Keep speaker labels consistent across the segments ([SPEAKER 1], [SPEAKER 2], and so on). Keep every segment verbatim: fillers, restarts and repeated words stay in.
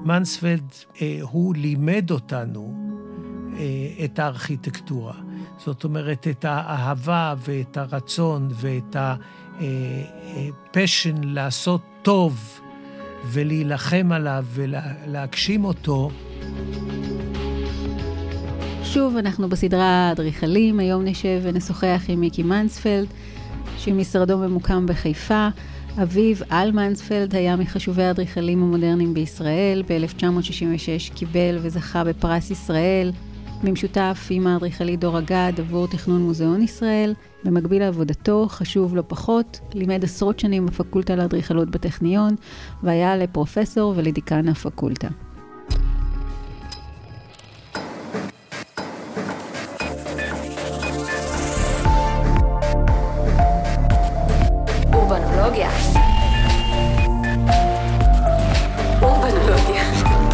[SPEAKER 1] מנספלד, אה, הוא לימד אותנו אה, את הארכיטקטורה. זאת אומרת, את האהבה ואת הרצון ואת הפשן לעשות טוב ולהילחם עליו ולהגשים אותו.
[SPEAKER 2] שוב, אנחנו בסדרה אדריכלים. היום נשב ונשוחח עם מיקי מנספלד, שמשרדו ממוקם בחיפה. אביו, אל מנספלד, היה מחשובי האדריכלים המודרניים בישראל. ב-אלף תשע מאות שישים ושש קיבל וזכה בפרס ישראל, במשותף עם האדריכלי דור אגד עבור תכנון מוזיאון ישראל. במקביל לעבודתו, חשוב לא פחות, לימד עשרות שנים בפקולטה לאדריכלות בטכניון, והיה לפרופסור ולדיקן הפקולטה.
[SPEAKER 3] אורבנולוגיה. אורבנולוגיה.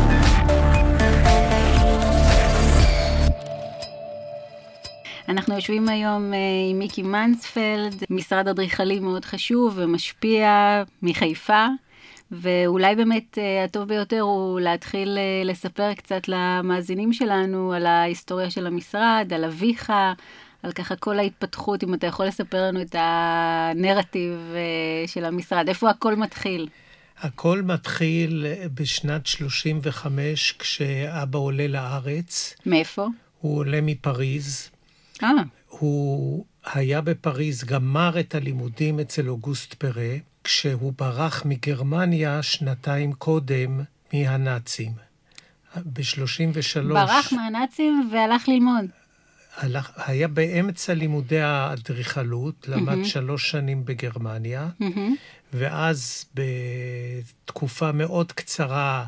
[SPEAKER 2] אנחנו יושבים היום עם מיקי מנספלד, משרד אדריכלי מאוד חשוב ומשפיע מחיפה, ואולי באמת הטוב ביותר הוא להתחיל לספר קצת למאזינים שלנו על ההיסטוריה של המשרד, על אביך, על ככה כל ההתפתחות, אם אתה יכול לספר לנו את הנרטיב של המשרד, איפה הכל מתחיל?
[SPEAKER 1] הכל מתחיל בשנת שלושים וחמש, כשאבא עולה לארץ.
[SPEAKER 2] מאיפה?
[SPEAKER 1] הוא עולה מפריז.
[SPEAKER 2] אה.
[SPEAKER 1] הוא היה בפריז, גמר את הלימודים אצל אוגוסט פרה, כשהוא ברח מגרמניה שנתיים קודם מהנאצים. ב-שלושים ושלוש...
[SPEAKER 2] ברח מהנאצים והלך ללמוד.
[SPEAKER 1] הלך, היה באמצע לימודי האדריכלות, למד mm-hmm. שלוש שנים בגרמניה, mm-hmm. ואז בתקופה מאוד קצרה,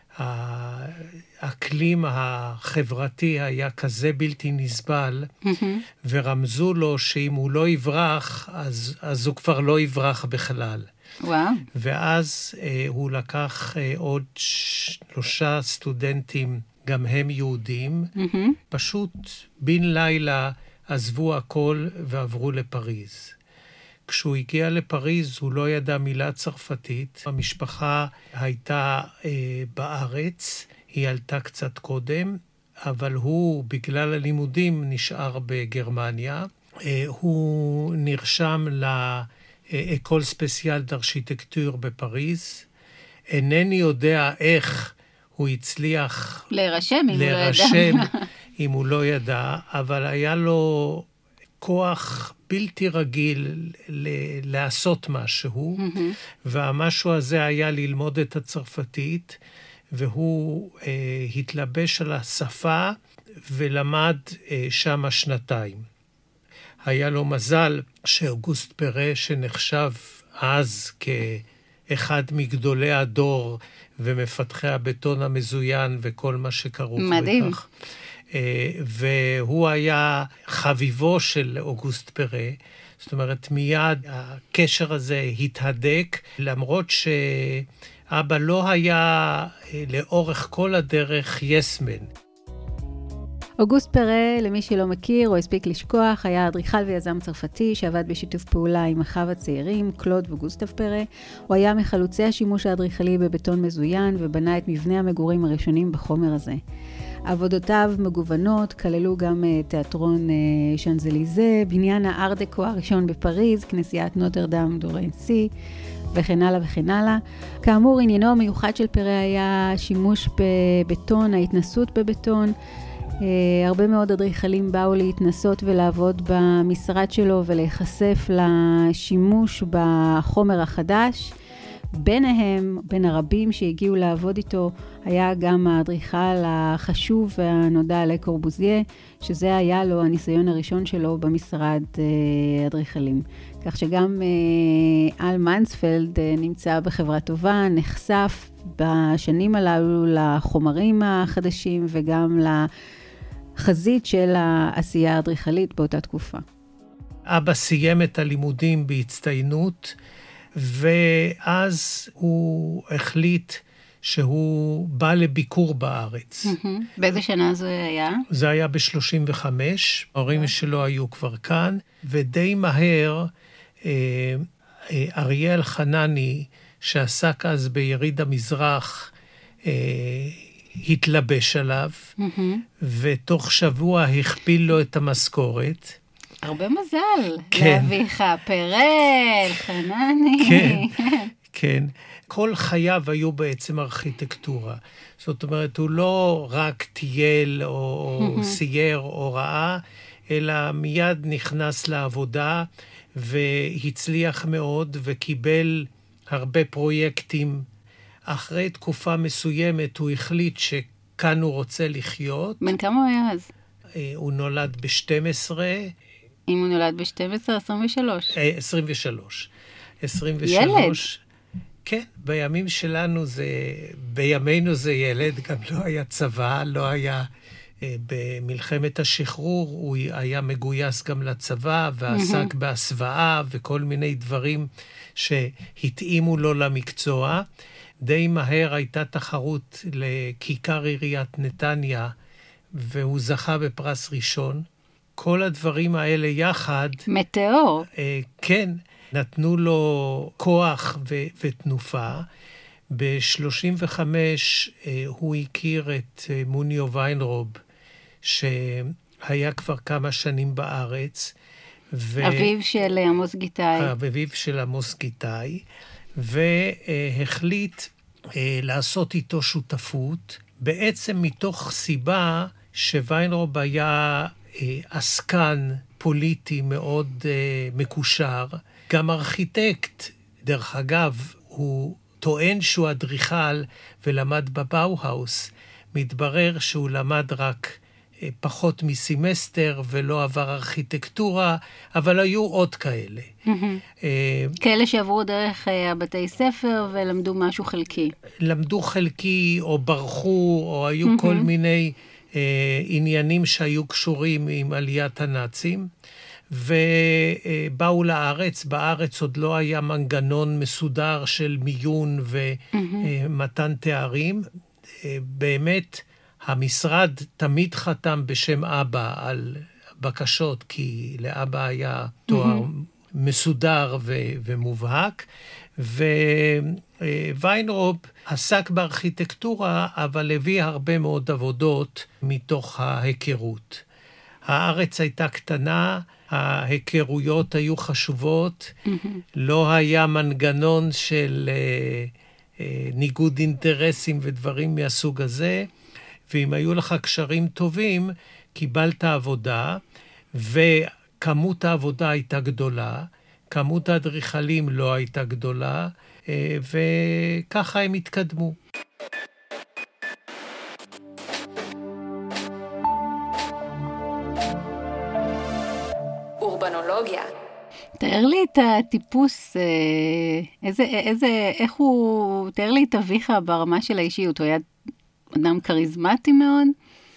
[SPEAKER 1] האקלים החברתי היה כזה בלתי נסבל, mm-hmm. ורמזו לו שאם הוא לא יברח, אז, אז הוא כבר לא יברח בכלל.
[SPEAKER 2] וואו.
[SPEAKER 1] ואז אה, הוא לקח אה, עוד שלושה סטודנטים, גם הם יהודים, mm-hmm. פשוט בן לילה עזבו הכל ועברו לפריז. כשהוא הגיע לפריז הוא לא ידע מילה צרפתית. המשפחה הייתה אה, בארץ, היא עלתה קצת קודם, אבל הוא בגלל הלימודים נשאר בגרמניה. אה, הוא נרשם לאקול ספציאל דארכיטקטור בפריז. אינני יודע איך הוא הצליח
[SPEAKER 2] להירשם, אם
[SPEAKER 1] להירשם,
[SPEAKER 2] הוא לא ידע.
[SPEAKER 1] אם הוא לא ידע, אבל היה לו כוח בלתי רגיל ל- לעשות משהו, mm-hmm. והמשהו הזה היה ללמוד את הצרפתית, והוא אה, התלבש על השפה ולמד אה, שם שנתיים. היה לו מזל שאוגוסט פרה, שנחשב אז כאחד מגדולי הדור ומפתחי הבטון המזוין וכל מה שקרוב לכך.
[SPEAKER 2] מדהים.
[SPEAKER 1] והוא היה חביבו של אוגוסט פרה, זאת אומרת מיד הקשר הזה התהדק, למרות שאבא לא היה לאורך כל הדרך יסמן.
[SPEAKER 2] אוגוסט פרה, למי שלא מכיר או הספיק לשכוח, היה אדריכל ויזם צרפתי שעבד בשיתוף פעולה עם אחיו הצעירים, קלוד וגוסטב פרה. הוא היה מחלוצי השימוש האדריכלי בבטון מזוין ובנה את מבנה המגורים הראשונים בחומר הזה. עבודותיו מגוונות, כללו גם תיאטרון שאנזליזה, בניין הארט-דקו הראשון בפריז, כנסיית נוטרדם דורנסי, וכן הלאה וכן הלאה. כאמור, עניינו המיוחד של פרה היה שימוש בבטון, ההתנסות בבטון. הרבה מאוד אדריכלים באו להתנסות ולעבוד במשרד שלו ולהיחשף לשימוש בחומר החדש. ביניהם, בין הרבים שהגיעו לעבוד איתו, היה גם האדריכל החשוב והנודע לי קורבוזיה, שזה היה לו הניסיון הראשון שלו במשרד אדריכלים. כך שגם אל מנספלד נמצא בחברה טובה, נחשף בשנים הללו לחומרים החדשים וגם לחזית של העשייה האדריכלית באותה תקופה.
[SPEAKER 1] אבא סיים את הלימודים בהצטיינות, ואז הוא החליט שהוא בא לביקור בארץ.
[SPEAKER 2] באיזה שנה זה היה?
[SPEAKER 1] זה היה ב-שלושים וחמש, ההורים שלו היו כבר כאן, ודי מהר אריאל חנני, שעסק אז ביריד המזרח, אה, התלבש עליו, mm-hmm. ותוך שבוע הכפיל לו את המשכורת.
[SPEAKER 2] הרבה מזל, כן. לאביך פרל, חנני.
[SPEAKER 1] כן, כן. כל חייו היו בעצם ארכיטקטורה. זאת אומרת, הוא לא רק טייל או סייר או ראה, אלא מיד נכנס לעבודה והצליח מאוד וקיבל הרבה פרויקטים. אחרי תקופה מסוימת הוא החליט שכאן הוא רוצה לחיות.
[SPEAKER 2] בן כמה הוא היה אז?
[SPEAKER 1] הוא נולד ב-שתים עשרה.
[SPEAKER 2] אם הוא נולד ב-שתים עשרה, עשרים ושלוש.
[SPEAKER 1] עשרים ושלוש. עשרים ושלוש.
[SPEAKER 2] ילד.
[SPEAKER 1] כן, בימים שלנו זה, בימינו זה ילד, גם לא היה צבא, לא היה, במלחמת השחרור, הוא היה מגויס גם לצבא, ועסק mm-hmm. בהסוואה, וכל מיני דברים שהתאימו לו למקצוע. די מהר הייתה תחרות לכיכר עיריית נתניה, והוא זכה בפרס ראשון. כל הדברים האלה יחד...
[SPEAKER 2] מטאור.
[SPEAKER 1] אה, כן. נתנו לו כוח ו- ותנופה. ב-שלושים וחמש אה, הוא הכיר את אה, מוניו ויינרוב, שהיה כבר כמה שנים בארץ.
[SPEAKER 2] ו... אביו של עמוס גיטאי.
[SPEAKER 1] אביו של עמוס גיטאי, והחליט אה, לעשות איתו שותפות, בעצם מתוך סיבה שוויינרוב היה אה, עסקן פוליטי מאוד אה, מקושר, גם ארכיטקט. דרך אגב, הוא טוען שהוא אדריכל ולמד בבאוהאוס. מתברר שהוא למד רק פחות מסימסטר ולא עבר ארכיטקטורה, אבל היו עוד כאלה.
[SPEAKER 2] כאלה שעברו דרך הבתי ספר ולמדו משהו חלקי.
[SPEAKER 1] למדו חלקי או ברחו, או היו כל מיני עניינים שהיו קשורים עם עליית הנאצים. ובאו לארץ, בארץ עוד לא היה מנגנון מסודר של מיון ומתן תארים. באמת, המשרד תמיד חתם בשם אבא על בקשות, כי לאבא היה תואר מסודר ומובהק, וויינרוב עסק בארכיטקטורה, אבל הביא הרבה מאוד עבודות מתוך ההיכרות. הארץ הייתה קטנה, ההיכרויות היו חשובות, mm-hmm. לא היה מנגנון של אה, אה, ניגוד אינטרסים ודברים מהסוג הזה, ואם היו לך קשרים טובים, קיבלת עבודה, וכמות העבודה הייתה גדולה, כמות האדריכלים לא הייתה גדולה, אה, וככה הם התקדמו.
[SPEAKER 2] תאר לי את הטיפוס, איזה, איזה, איך הוא, תאר לי את אביך ברמה של האישיות, הוא היה אדם קריזמטי מאוד?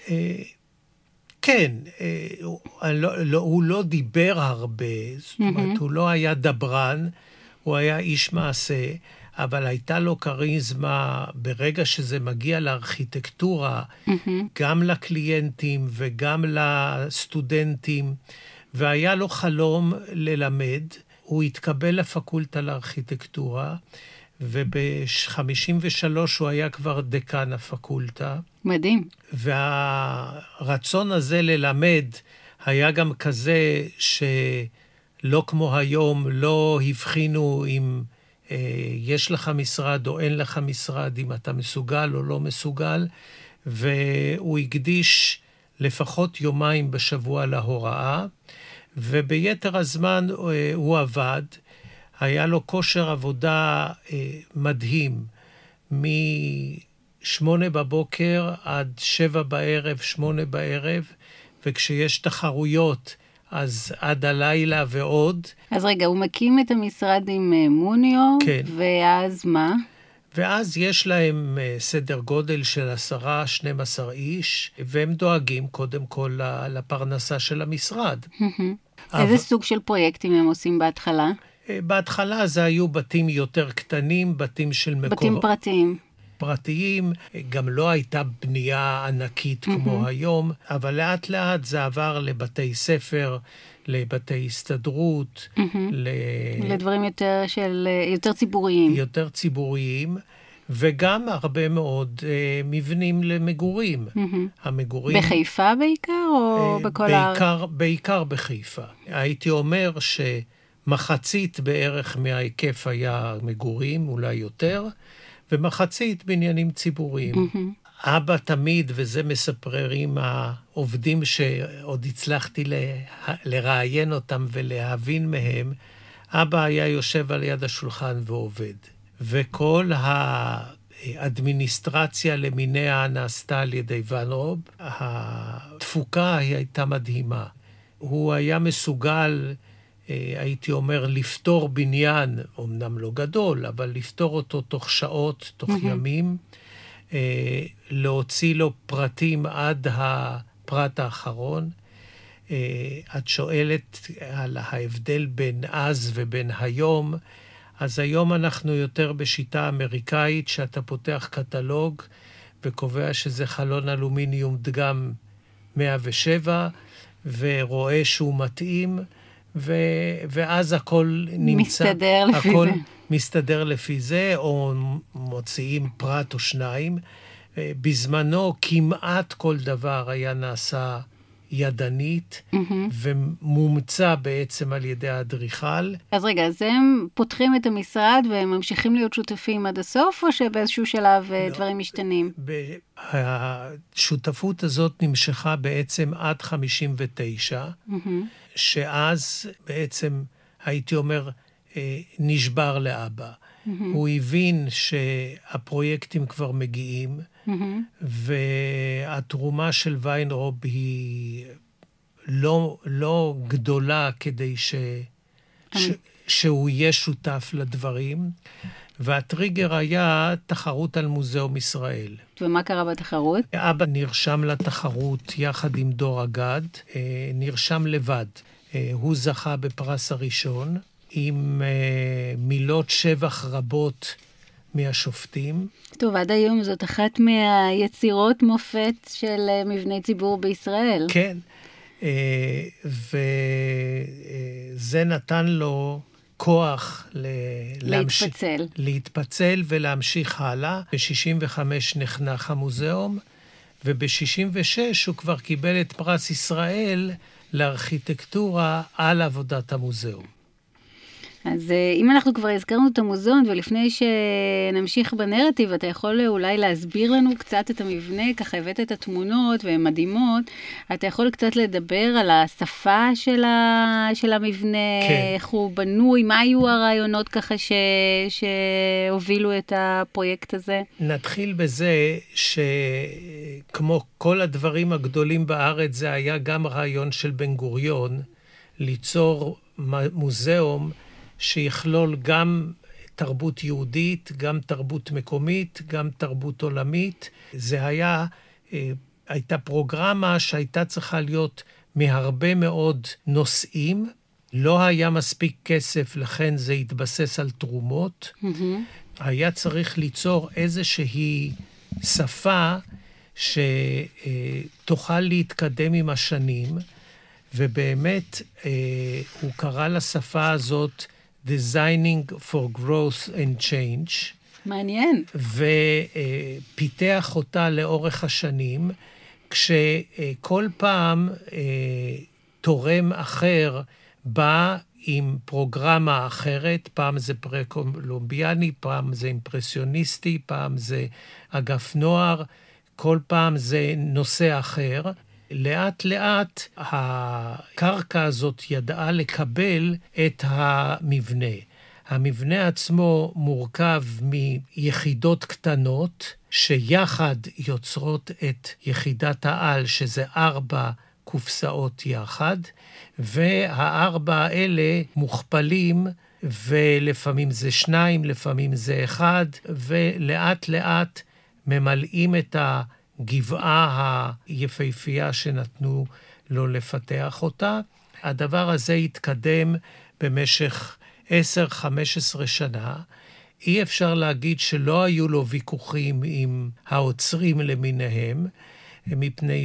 [SPEAKER 1] כן, הוא לא דיבר הרבה, זאת אומרת, הוא לא היה דברן, הוא היה איש מעשה, אבל הייתה לו קריזמה ברגע שזה מגיע לארכיטקטורה, גם לקליינטים וגם לסטודנטים, והיה לו חלום ללמד. הוא התקבל לפקולטה לארכיטקטורה, וב-חמישים ושלוש הוא היה כבר דקן הפקולטה.
[SPEAKER 2] מדהים.
[SPEAKER 1] והרצון הזה ללמד היה גם כזה שלא כמו היום, לא הבחינו אם אה, יש לך משרד או אין לך משרד, אם אתה מסוגל או לא מסוגל, והוא הקדיש לפחות יומיים בשבוע להוראה, וביתר הזמן הוא עבד. היה לו כושר עבודה מדהים, משמונה בבוקר עד שבע בערב, שמונה בערב, וכשיש תחרויות, אז עד הלילה ועוד.
[SPEAKER 2] אז רגע, הוא מקים את המשרד עם מוניו,
[SPEAKER 1] כן.
[SPEAKER 2] ואז מה?
[SPEAKER 1] ואז יש להם סדר גודל של עשרה, שנים עשר איש, והם דואגים קודם כל לפרנסה של המשרד.
[SPEAKER 2] איזה סוג של פרויקטים הם עושים בהתחלה?
[SPEAKER 1] בהתחלה זה היו בתים יותר קטנים, בתים של מקור...
[SPEAKER 2] בתים פרטיים.
[SPEAKER 1] פרטיים, גם לא הייתה בנייה ענקית כמו היום, אבל לאט לאט זה עבר לבתי ספר, לבתי הסתדרות,
[SPEAKER 2] ל... לדברים יותר של, יותר ציבוריים.
[SPEAKER 1] יותר ציבוריים, וגם הרבה מאוד אה, מבנים למגורים. Mm-hmm. המגורים...
[SPEAKER 2] בחיפה בעיקר או אה, בכל
[SPEAKER 1] בעיקר,
[SPEAKER 2] הארץ?
[SPEAKER 1] בעיקר בחיפה. הייתי אומר שמחצית בערך מההיקף היה מגורים, אולי יותר, ומחצית בניינים ציבוריים. Mm-hmm. אבא תמיד, וזה מספרים העובדים שעוד הצלחתי לראיין אותם ולהבין מהם, אבא היה יושב על יד השולחן ועובד. וכל האדמיניסטרציה למיניה נעשתה על ידי ון רוב. התפוקה היא הייתה מדהימה. הוא היה מסוגל, הייתי אומר, לפתור בניין, אמנם לא גדול, אבל לפתור אותו תוך שעות, תוך mm-hmm. ימים, להוציא לו פרטים עד הפרט האחרון. את שואלת על ההבדל בין אז ובין היום, אז היום אנחנו יותר בשיטה אמריקאית, שאתה פותח קטלוג וקובע שזה חלון אלומיניום דגם מאה ושבע, ורואה שהוא מתאים, ו... ואז הכל נמצא.
[SPEAKER 2] מסתדר לפי
[SPEAKER 1] הכל
[SPEAKER 2] זה.
[SPEAKER 1] מסתדר לפי זה, או מוציאים פרט או שניים. בזמנו כמעט כל דבר היה נעשה ידנית, mm-hmm. ומומצא בעצם על ידי האדריכל.
[SPEAKER 2] אז רגע, אז הם פותחים את המשרד והם ממשיכים להיות שותפים עד הסוף, או שבאיזשהו שלב לא, דברים משתנים?
[SPEAKER 1] ב- השותפות הזאת נמשכה בעצם עד חמישים ותשע, mm-hmm. שאז בעצם, הייתי אומר, נשבר לאבא. Mm-hmm. הוא הבין שהפרויקטים כבר מגיעים, mm-hmm. והתרומה של ויינרוב היא לא, לא גדולה כדי ש, ש, שהוא יהיה שותף לדברים, והטריגר היה תחרות על מוזיאום ישראל.
[SPEAKER 2] ומה קרה בתחרות?
[SPEAKER 1] אבא נרשם לתחרות יחד עם דור אגד, נרשם לבד. הוא זכה בפרס הראשון, עם uh, מילות שבח רבות מהשופטים.
[SPEAKER 2] טוב, עד היום זאת אחת מהיצירות מופת של uh, מבני ציבור בישראל.
[SPEAKER 1] כן, uh, וזה uh, נתן לו כוח ל-
[SPEAKER 2] להתפצל.
[SPEAKER 1] להמש... להתפצל ולהמשיך הלאה. ב-שישים וחמש נחנך המוזיאום, וב-שישים ושש הוא כבר קיבל את פרס ישראל לארכיטקטורה על עבודת המוזיאום.
[SPEAKER 2] אז אם אנחנו כבר הזכרנו את המוזיאון, ולפני שנמשיך בנרטיב, אתה יכול אולי להסביר לנו קצת את המבנה, ככה הבאת את התמונות והן מדהימות, אתה יכול קצת לדבר על השפה של, ה... של המבנה, כן. איך הוא בנוי, מה היו הרעיונות ככה ש... שהובילו את הפרויקט הזה?
[SPEAKER 1] נתחיל בזה שכמו כל הדברים הגדולים בארץ, זה היה גם רעיון של בן גוריון, ליצור מוזיאום, שיכלול גם תרבות יהודית, גם תרבות מקומית, גם תרבות עולמית. זה היה, הייתה פרוגרמה שהייתה צריכה להיות מהרבה מאוד נושאים. לא היה מספיק כסף, לכן זה התבסס על תרומות. Mm-hmm. היה צריך ליצור איזושהי שפה שתוכל להתקדם עם השנים, ובאמת הוא קרא לשפה הזאת Designing for Growth and Change.
[SPEAKER 2] מעניין.
[SPEAKER 1] ופיתח אותה לאורך השנים, כשכל פעם תורם אחר בא עם פרוגרמה אחרת, פעם זה פרה-קולומביאני, פעם זה אימפרסיוניסטי, פעם זה אגף נוער, כל פעם זה נושא אחר. לאט לאט הקרקע הזאת ידעה לקבל את המבנה. המבנה עצמו מורכב מיחידות קטנות, שיחד יוצרות את יחידת העל, שזה ארבע קופסאות יחד, והארבע האלה מוכפלים, ולפעמים זה שניים, לפעמים זה אחד, ולאט לאט ממלאים את ה... גבעה היפהפייה שנתנו לו לפתח אותה. הדבר הזה התקדם במשך עשר חמש עשרה שנה. אי אפשר להגיד שלא היו לו ויכוחים עם האוצרים למיניהם, מפני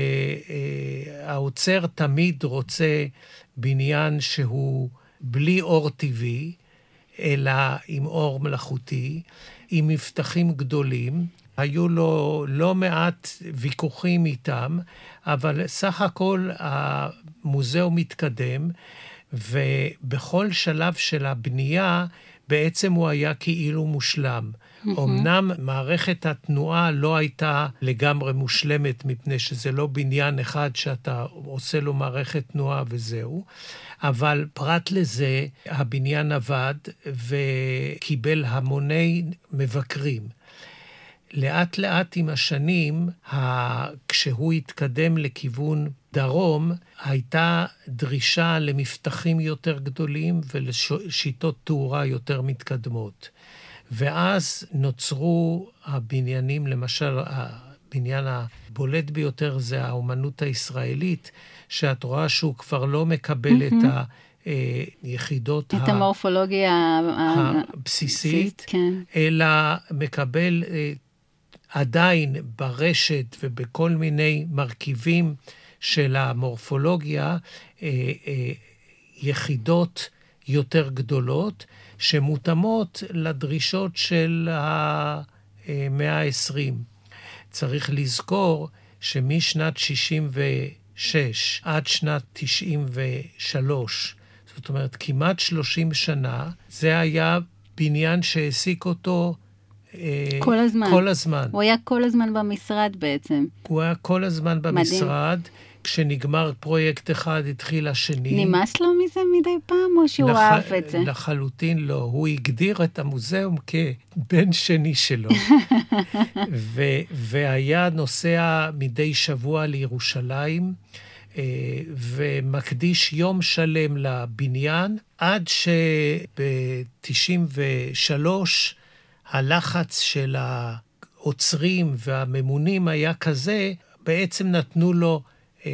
[SPEAKER 1] שהאוצר תמיד רוצה בניין שהוא בלי אור טבעי, אלא עם אור מלאכותי, עם מבטחים גדולים. היו לו לא מעט ויכוחים איתם, אבל סך הכל המוזיאום מתקדם, ובכל שלב של הבנייה בעצם הוא היה כאילו מושלם. אמנם מערכת התנועה לא הייתה לגמרי מושלמת, מפני שזה לא בניין אחד שאתה עושה לו מערכת תנועה וזהו, אבל פרט לזה הבניין עבד וקיבל המוני מבקרים. לאט לאט עם השנים, כשהוא התקדם לכיוון דרום, הייתה דרישה למבטחים יותר גדולים ולשיטות תאורה יותר מתקדמות. ואז נוצרו הבניינים, למשל, הבניין הבולט ביותר זה האומנות הישראלית, שאת רואה שהוא כבר לא מקבל את היחידות
[SPEAKER 2] את המורפולוגיה
[SPEAKER 1] הבסיסית, אלא מקבל עדיין ברשת ובכל מיני מרכיבים של המורפולוגיה, יחידות יותר גדולות, שמותאמות לדרישות של המאה ה-עשרים. צריך לזכור שמשנת שישים ושש עד שנת תשעים ושלוש, זאת אומרת כמעט שלושים שנה, זה היה בניין שהעסיק אותו
[SPEAKER 2] כל הזמן.
[SPEAKER 1] כל הזמן.
[SPEAKER 2] הוא היה כל הזמן במשרד בעצם.
[SPEAKER 1] הוא היה כל הזמן במשרד. מדהים. כשנגמר פרויקט אחד, התחיל השני.
[SPEAKER 2] נמאס לו מזה מדי פעם, או שהוא לח... אהב את זה?
[SPEAKER 1] לחלוטין לא. הוא הגדיר את המוזיאום כבן שני שלו. ו... והיה נוסע מדי שבוע לירושלים, ומקדיש יום שלם לבניין, עד שב-תשעים ושלוש הלחץ של העוצרים והממונים היה כזה, בעצם נתנו לו,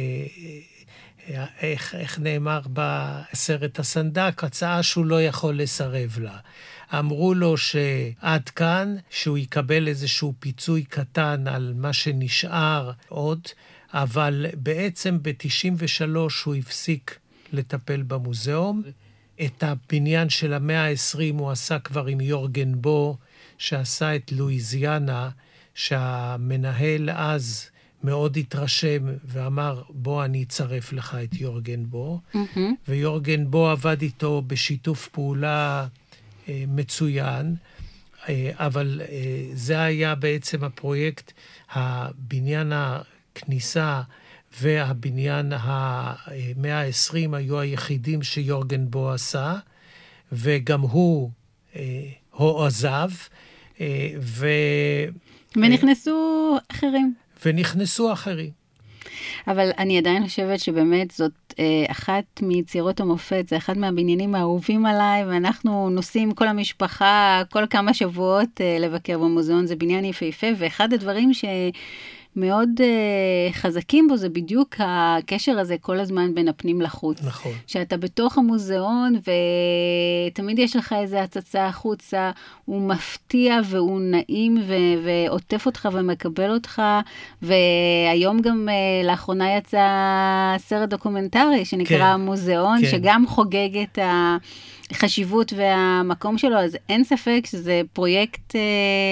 [SPEAKER 1] איך, איך נאמר בסרט הסנדק, הצעה שהוא לא יכול לסרב לה. אמרו לו שעד כאן, שהוא יקבל איזשהו פיצוי קטן על מה שנשאר עוד, אבל בעצם ב-תשעים ושלוש הוא הפסיק לטפל במוזיאום. את הבניין של המאה ה-עשרים הוא עשה כבר עם יורגן בו, שעשה את לואיזיאנה, שהמנהל אז מאוד התרשם ואמר, בוא אני אצרף לך את יורגן בו. Mm-hmm. ויורגן בו עבד איתו בשיתוף פעולה אה, מצוין, אה, אבל אה, זה היה בעצם הפרויקט, הבניין הכניסה והבניין המאה ה-עשרים היו היחידים שיורגן בו עשה, וגם הוא אה, הוא עזב, אה, ו...
[SPEAKER 2] ונכנסו אה, אחרים.
[SPEAKER 1] ונכנסו אחרים.
[SPEAKER 2] אבל אני עדיין חושבת שבאמת זאת אה, אחת מיצירות המופת, זה אחד מהבניינים האהובים עליי, ואנחנו נוסעים כל המשפחה, כל כמה שבועות אה, לבקר במוזיאון, זה בניין יפהפה, ואחד הדברים ש... מאוד uh, חזקים בו, זה בדיוק הקשר הזה כל הזמן בין הפנים לחוץ.
[SPEAKER 1] נכון.
[SPEAKER 2] שאתה בתוך המוזיאון, ותמיד יש לך איזו הצצה החוצה, הוא מפתיע והוא נעים, ו- ועוטף אותך ומקבל אותך, והיום גם uh, לאחרונה יצא סרט דוקומנטרי, שנקרא כן. המוזיאון, כן. שגם חוגג את החשיבות והמקום שלו, אז אין ספק שזה פרויקט... Uh,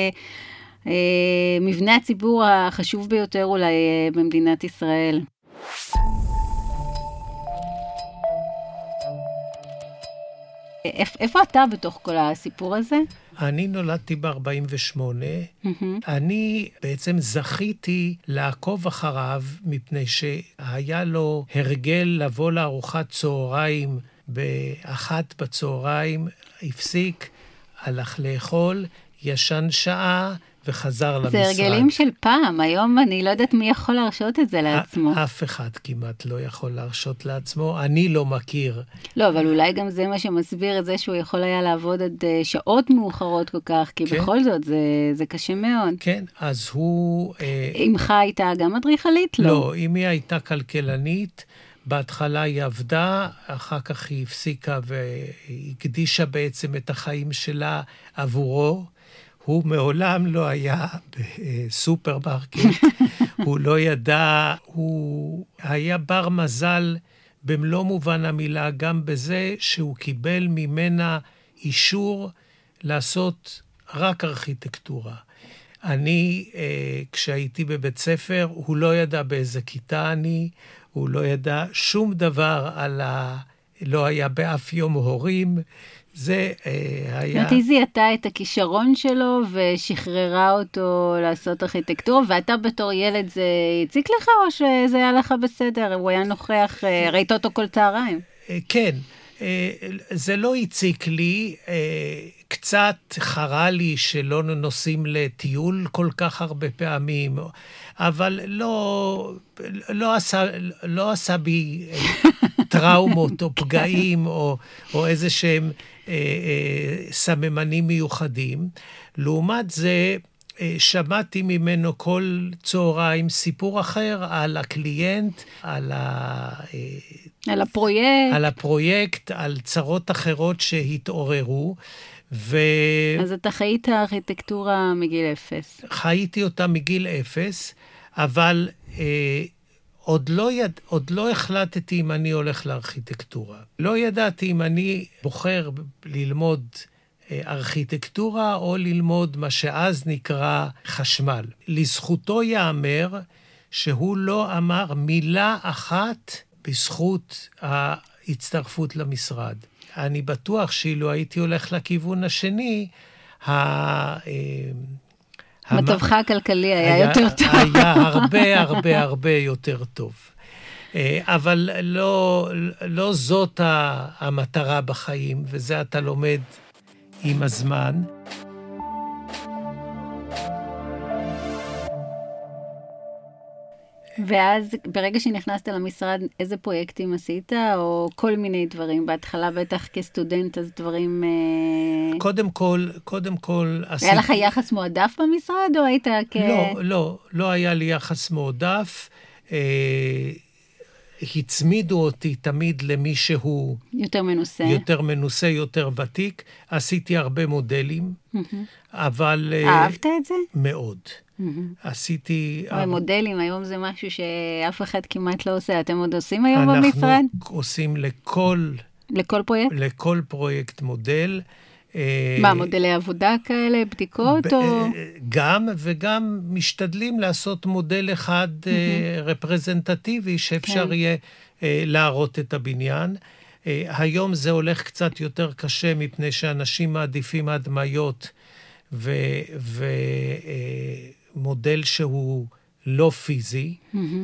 [SPEAKER 2] מבנה הציבור החשוב ביותר אולי במדינת ישראל. איפה אתה בתוך כל הסיפור הזה?
[SPEAKER 1] אני נולדתי ב-ארבעים ושמונה. Mm-hmm. אני בעצם זכיתי לעקוב אחריו, מפני שהיה לו הרגל לבוא לארוחת צהריים באחת בצהריים, הפסיק, הלך לאכול, ישן שעה, וחזר למשרד.
[SPEAKER 2] זה הרגלים של פעם, היום אני לא יודעת מי יכול להרשות את זה לעצמו.
[SPEAKER 1] אף אחד כמעט לא יכול להרשות לעצמו, אני לא מכיר.
[SPEAKER 2] לא, אבל אולי גם זה מה שמסביר את זה שהוא יכול היה לעבוד עד שעות מאוחרות כל כך, כי כן. בכל זאת זה, זה קשה מאוד.
[SPEAKER 1] כן, אז הוא...
[SPEAKER 2] אמך הייתה גם אדריכלית? לא.
[SPEAKER 1] לא, אמי הייתה כלכלנית, בהתחלה היא עבדה, אחר כך היא הפסיקה והקדישה בעצם את החיים שלה עבורו, הוא מעולם לא היה בסופרמרקט, הוא לא ידע, הוא היה בר מזל במלוא מובן המילה, גם בזה שהוא קיבל ממנה אישור לעשות רק ארכיטקטורה. אני, כשהייתי בבית ספר, הוא לא ידע באיזה כיתה אני, הוא לא ידע שום דבר על ה... לא היה באף יום הורים, זה אה, היה...
[SPEAKER 2] היא זיהתה את הכישרון שלו ושחררה אותו לעשות ארכיטקטורה, ואתה בתור ילד זה הציק לך או שזה היה לך בסדר? הוא היה נוכח, ראית אותו כל צהריים?
[SPEAKER 1] כן, זה לא הציק לי, קצת חרה לי שלא נוסעים לטיול כל כך הרבה פעמים, אבל לא, לא עשה, לא עשה בי טראומות או פגעים או, או איזה שהם אה, אה, סממנים מיוחדים. לעומת זה, אה, שמעתי ממנו כל צהריים סיפור אחר על הקליינט, על, ה, אה,
[SPEAKER 2] על הפרויקט.
[SPEAKER 1] על הפרויקט, על צרות אחרות שהתעוררו. ו...
[SPEAKER 2] אז אתה חיית ארכיטקטורה מגיל אפס.
[SPEAKER 1] חייתי אותה מגיל אפס, אבל אה, עוד, לא יד... עוד לא החלטתי אם אני הולך לארכיטקטורה. לא ידעתי אם אני בוחר ללמוד אה, ארכיטקטורה או ללמוד מה שאז נקרא חשמל. לזכותו יאמר שהוא לא אמר מילה אחת בזכות ההצטרפות למשרד. אני בטוח שאילו הייתי הולך לכיוון השני,
[SPEAKER 2] מצבך הכלכלי היה יותר טוב.
[SPEAKER 1] היה הרבה הרבה הרבה יותר טוב. אבל לא, לא זאת המטרה בחיים, וזה אתה לומד עם הזמן.
[SPEAKER 2] ואז ברגע שנכנסת למשרד, איזה פרויקטים עשית, או כל מיני דברים? בהתחלה בטח כסטודנט, אז דברים...
[SPEAKER 1] קודם כל, קודם כל... עשית...
[SPEAKER 2] היה לך יחס מועדף במשרד, או היית כ...
[SPEAKER 1] לא, לא, לא היה לי יחס מועדף. אה, הצמידו אותי תמיד למי שהוא...
[SPEAKER 2] יותר מנוסה.
[SPEAKER 1] יותר מנוסה, יותר ותיק. עשיתי הרבה מודלים, אבל...
[SPEAKER 2] אהבת את זה?
[SPEAKER 1] מאוד. עשיתי...
[SPEAKER 2] אבל מודלים, היום זה משהו שאף אחד כמעט לא עושה. אתם עוד עושים היום במשרד?
[SPEAKER 1] אנחנו עושים לכל...
[SPEAKER 2] לכל פרויקט?
[SPEAKER 1] לכל פרויקט מודל.
[SPEAKER 2] מה, מודלי עבודה כאלה, בדיקות או...
[SPEAKER 1] גם, וגם משתדלים לעשות מודל אחד רפרזנטטיבי שאפשר יהיה להראות את הבניין. היום זה הולך קצת יותר קשה מפני שאנשים מעדיפים הדמיות ומודל שהוא לא פיזי.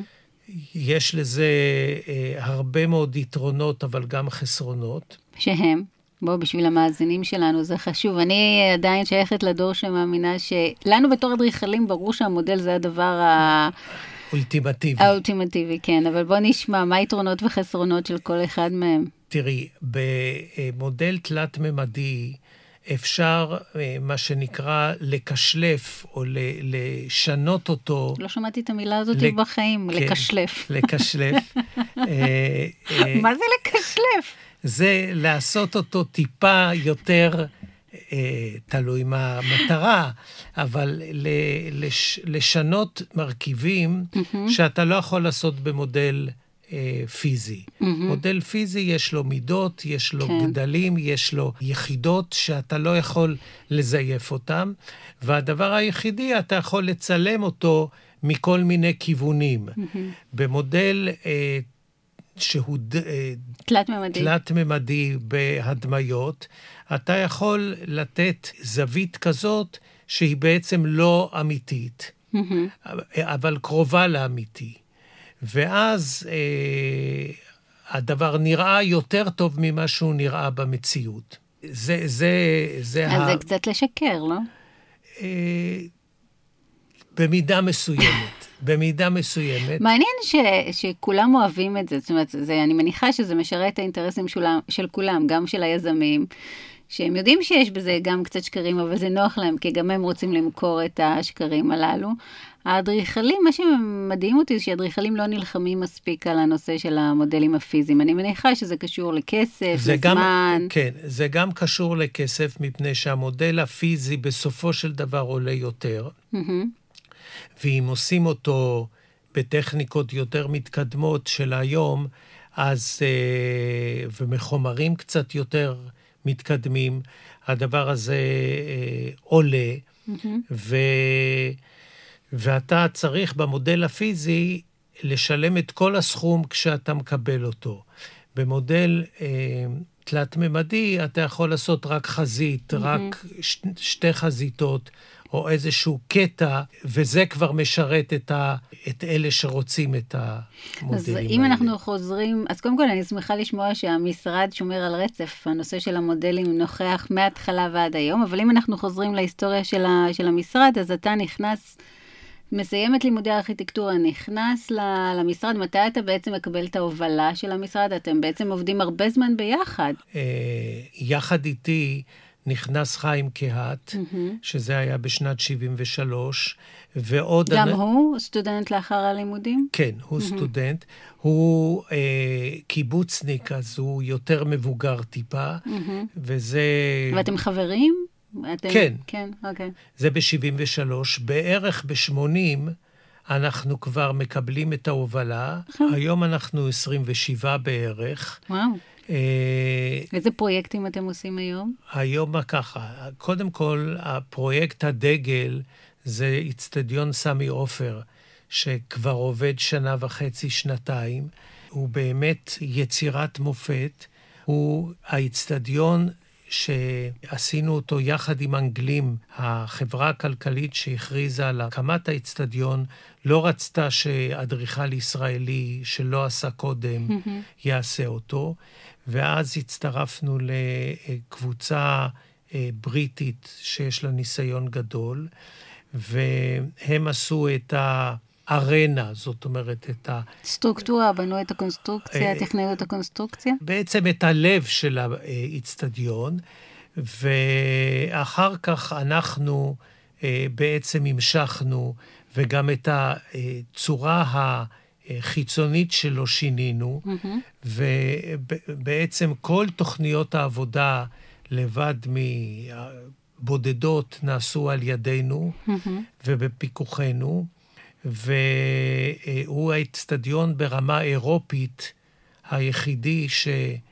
[SPEAKER 1] יש לזה הרבה מאוד יתרונות, אבל גם חסרונות.
[SPEAKER 2] שהם? בוא, בשביל המאזינים שלנו, זה חשוב. אני עדיין שייכת לדור שמאמינה שלנו בתור אדריכלים ברור שהמודל זה הדבר ה...
[SPEAKER 1] אולטימטיבי.
[SPEAKER 2] האולטימטיבי, כן. אבל בוא נשמע, מה היתרונות וחסרונות של כל אחד מהם?
[SPEAKER 1] תראי, במודל תלת-ממדי אפשר, מה שנקרא, לקשלף או לשנות אותו.
[SPEAKER 2] לא שמעתי את המילה הזאת בחיים, לקשלף.
[SPEAKER 1] לקשלף.
[SPEAKER 2] מה זה לקשלף?
[SPEAKER 1] זה לעשות אותו טיפה יותר, אה, תלוי מה המטרה, אבל לש, לשנות מרכיבים mm-hmm. שאתה לא יכול לעשות במודל אה, פיזי. Mm-hmm. מודל פיזי יש לו מידות, יש לו כן. גדלים, יש לו יחידות שאתה לא יכול לזייף אותם, והדבר היחידי, אתה יכול לצלם אותו מכל מיני כיוונים. Mm-hmm. במודל... אה, שהוא
[SPEAKER 2] תלת-ממדי.
[SPEAKER 1] תלת-ממדי בהדמיות, אתה יכול לתת זווית כזאת שהיא בעצם לא אמיתית, mm-hmm. אבל קרובה לאמיתי. ואז אה, הדבר נראה יותר טוב ממה שהוא נראה במציאות. זה, זה, זה
[SPEAKER 2] אז ה... זה קצת לשקר, לא?
[SPEAKER 1] אה, במידה מסוימת. במידה מסוימת.
[SPEAKER 2] מעניין ש, שכולם אוהבים את זה, זאת אומרת, זה, אני מניחה שזה משרת את האינטרסים של, של כולם, גם של היזמים, שהם יודעים שיש בזה גם קצת שקרים, אבל זה נוח להם, כי גם הם רוצים למכור את השקרים הללו. האדריכלים, מה שמדהים אותי זה שהאדריכלים לא נלחמים מספיק על הנושא של המודלים הפיזיים. אני מניחה שזה קשור לכסף, לזמן.
[SPEAKER 1] גם, כן, זה גם קשור לכסף, מפני שהמודל הפיזי בסופו של דבר עולה יותר. Mm-hmm. ואם עושים אותו בטכניקות יותר מתקדמות של היום, אז, ומחומרים קצת יותר מתקדמים, הדבר הזה אה, עולה, mm-hmm. ו, ואתה צריך במודל הפיזי לשלם את כל הסכום כשאתה מקבל אותו. במודל אה, תלת-ממדי אתה יכול לעשות רק חזית, mm-hmm. רק ש, שתי חזיתות, או איזשהו קטע, וזה כבר משרת את, ה, את אלה שרוצים את המודלים
[SPEAKER 2] אז
[SPEAKER 1] האלה.
[SPEAKER 2] אם אנחנו חוזרים, אז קודם כל אני שמחה לשמוע שהמשרד שומר על רצף, הנושא של המודלים נוכח מההתחלה ועד היום, אבל אם אנחנו חוזרים להיסטוריה של, ה, של המשרד, אז אתה נכנס, מסיים את לימודי הארכיטקטורה, נכנס למשרד, מתי אתה בעצם מקבל את ההובלה של המשרד? אתם בעצם עובדים הרבה זמן ביחד.
[SPEAKER 1] יחד איתי, נכנס חיים קהת, mm-hmm. שזה היה בשנת שבעים ושלוש, ועוד...
[SPEAKER 2] גם אני... הוא סטודנט לאחר הלימודים?
[SPEAKER 1] כן, הוא mm-hmm. סטודנט. הוא אה, קיבוצניק, אז הוא יותר מבוגר טיפה, mm-hmm. וזה...
[SPEAKER 2] ואתם חברים? אתם...
[SPEAKER 1] כן.
[SPEAKER 2] כן, אוקיי.
[SPEAKER 1] זה ב-שבעים ושלוש. בערך ב-שמונים אנחנו כבר מקבלים את ההובלה. Mm-hmm. היום אנחנו עשרים ושבע בערך.
[SPEAKER 2] וואו. איזה פרויקטים אתם עושים היום?
[SPEAKER 1] היום ככה, קודם כל, הפרויקט הדגל זה אצטדיון סמי עופר, שכבר עובד שנה וחצי, שנתיים. הוא באמת יצירת מופת. הוא האצטדיון שעשינו אותו יחד עם אנגלים. החברה הכלכלית שהכריזה על הקמת האצטדיון לא רצתה שאדריכל ישראלי שלא עשה קודם יעשה אותו. ואז הצטרפנו לקבוצה בריטית שיש לה ניסיון גדול, והם עשו את הארנה, זאת אומרת, את ה...
[SPEAKER 2] סטרוקטורה, בנו את הקונסטרוקציה, תכננו את הקונסטרוקציה?
[SPEAKER 1] בעצם את הלב של האצטדיון, ואחר כך אנחנו בעצם המשכנו, וגם את הצורה ה... חיצונית שלו שינינו, mm-hmm. ובעצם כל תוכניות העבודה לבד מבודדות נעשו על ידינו, mm-hmm. ובפיקוחנו, והוא האצטדיון ברמה אירופית היחידי ש...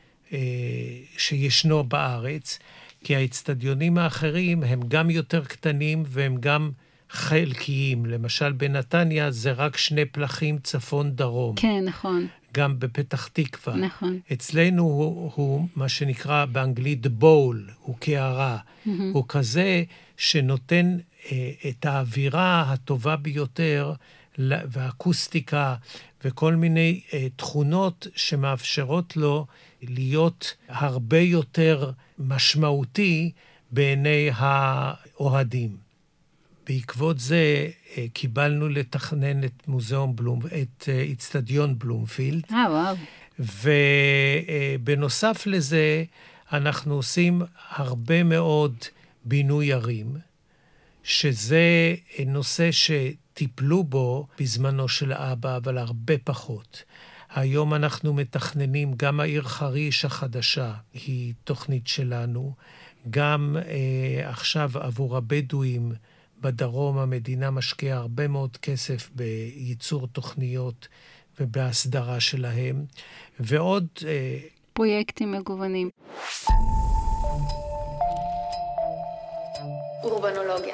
[SPEAKER 1] שישנו בארץ, כי האצטדיונים האחרים הם גם יותר קטנים והם גם חלקיים. למשל בנתניה זה רק שני פלחים צפון דרום.
[SPEAKER 2] כן, נכון.
[SPEAKER 1] גם בפתח תקווה.
[SPEAKER 2] נכון.
[SPEAKER 1] אצלנו הוא, הוא מה שנקרא באנגלית בול, הוא קערה. Mm-hmm. הוא כזה שנותן אה, את האווירה הטובה ביותר והאקוסטיקה וכל מיני אה, תכונות שמאפשרות לו להיות הרבה יותר משמעותי בעיני האוהדים. בעקבות זה קיבלנו לתכנן את מוזיאון בלום, את אצטדיון בלומפילד.
[SPEAKER 2] אה, וואו.
[SPEAKER 1] ובנוסף לזה, אנחנו עושים הרבה מאוד בינוי ערים, שזה נושא שטיפלו בו בזמנו של אבא, אבל הרבה פחות. היום אנחנו מתכננים, גם העיר חריש החדשה היא תוכנית שלנו, גם אה, עכשיו עבור הבדואים, בדרום המדינה משקיעה הרבה מאוד כסף בייצור תוכניות ובהסדרה שלהם, ועוד...
[SPEAKER 2] פרויקטים מגוונים. אורבנולוגיה.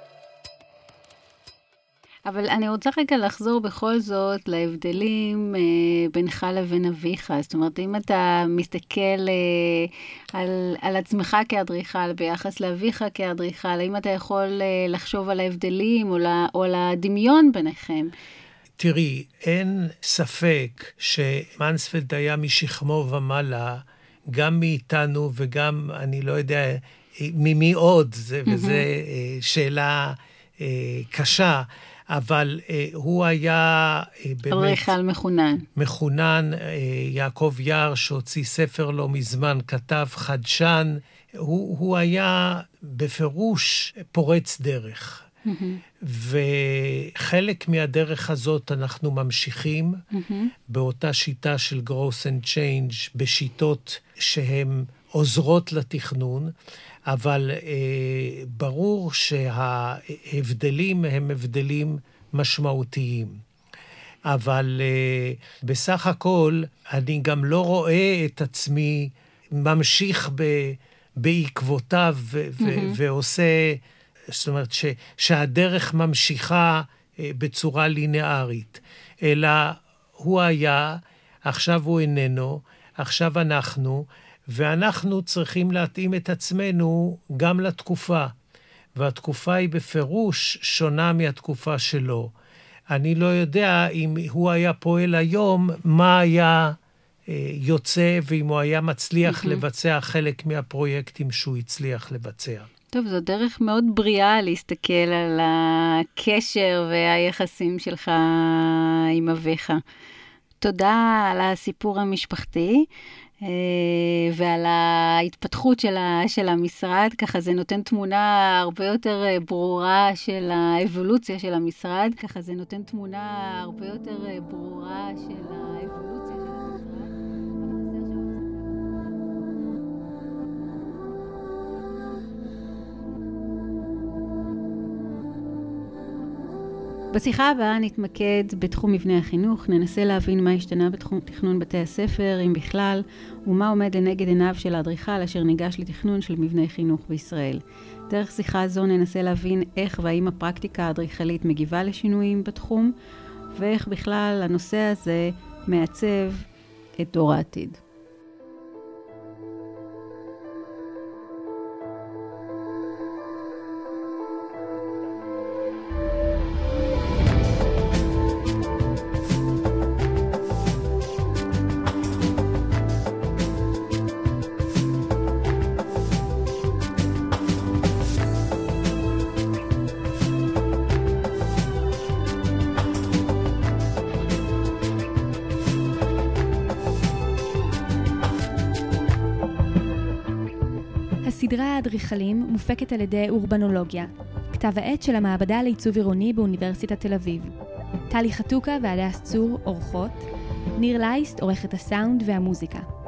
[SPEAKER 2] אבל אני רוצה רגע לחזור בכל זאת להבדלים אה, בינך לבין אביך. זאת אומרת, אם אתה מסתכל אה, על, על עצמך כאדריכל ביחס לאביך כאדריכל, האם אתה יכול אה, לחשוב על ההבדלים או, לה, או על הדמיון ביניכם?
[SPEAKER 1] תראי, אין ספק שמנספלד היה משכמו ומעלה, גם מאיתנו וגם, אני לא יודע, ממי עוד, זה, mm-hmm. וזו אה, שאלה אה, קשה, אבל אה, הוא היה אה, באמת...
[SPEAKER 2] אדריכל מחונן.
[SPEAKER 1] מחונן, אה, יעקב יער שהוציא ספר לא מזמן, כתב חדשן, הוא, הוא היה בפירוש פורץ דרך. Mm-hmm. וחלק מהדרך הזאת אנחנו ממשיכים, mm-hmm. באותה שיטה של growth and change, בשיטות שהן עוזרות לתכנון, אבל אה, ברור שההבדלים הם הבדלים משמעותיים. אבל אה, בסך הכל אני גם לא רואה את עצמי ממשיך בעקבותיו ו- mm-hmm. ו- ועושה, זאת אומרת, ש- שהדרך ממשיכה בצורה לינארית, אלא הוא היה, עכשיו הוא איננו, עכשיו אנחנו, ואנחנו צריכים להתאים את עצמנו גם לתקופה, והתקופה היא בפירוש שונה מהתקופה שלו. אני לא יודע אם הוא היה פועל היום, מה היה אה, יוצא, ואם הוא היה מצליח mm-hmm. לבצע חלק מהפרויקטים שהוא הצליח לבצע.
[SPEAKER 2] טוב, זו דרך מאוד בריאה להסתכל על הקשר והיחסים שלך עם אביך. תודה על הסיפור המשפחתי ועל ההתפתחות של, של המשרד. ככה זה נותן תמונה הרבה יותר ברורה של האבולוציה של המשרד. ככה זה נותן תמונה הרבה יותר ברורה של האבולוציה של המשרד. בשיחה הבאה נתמקד בתחום מבנה החינוך, ננסה להבין מה השתנה בתחום תכנון בתי הספר, אם בכלל, ומה עומד לנגד עיניו של האדריכל אשר ניגש לתכנון של מבנה חינוך בישראל. דרך שיחה זו ננסה להבין איך והאם הפרקטיקה האדריכלית מגיבה לשינויים בתחום, ואיך בכלל הנושא הזה מעצב את דור העתיד.
[SPEAKER 3] הסדרה האדריכלים מופקת על ידי אורבנולוגיה, כתב העת של המעבדה לעיצוב עירוני באוניברסיטת תל אביב. טלי חתוקה והדס צור עורכות, ניר לייסט עורכת הסאונד והמוזיקה.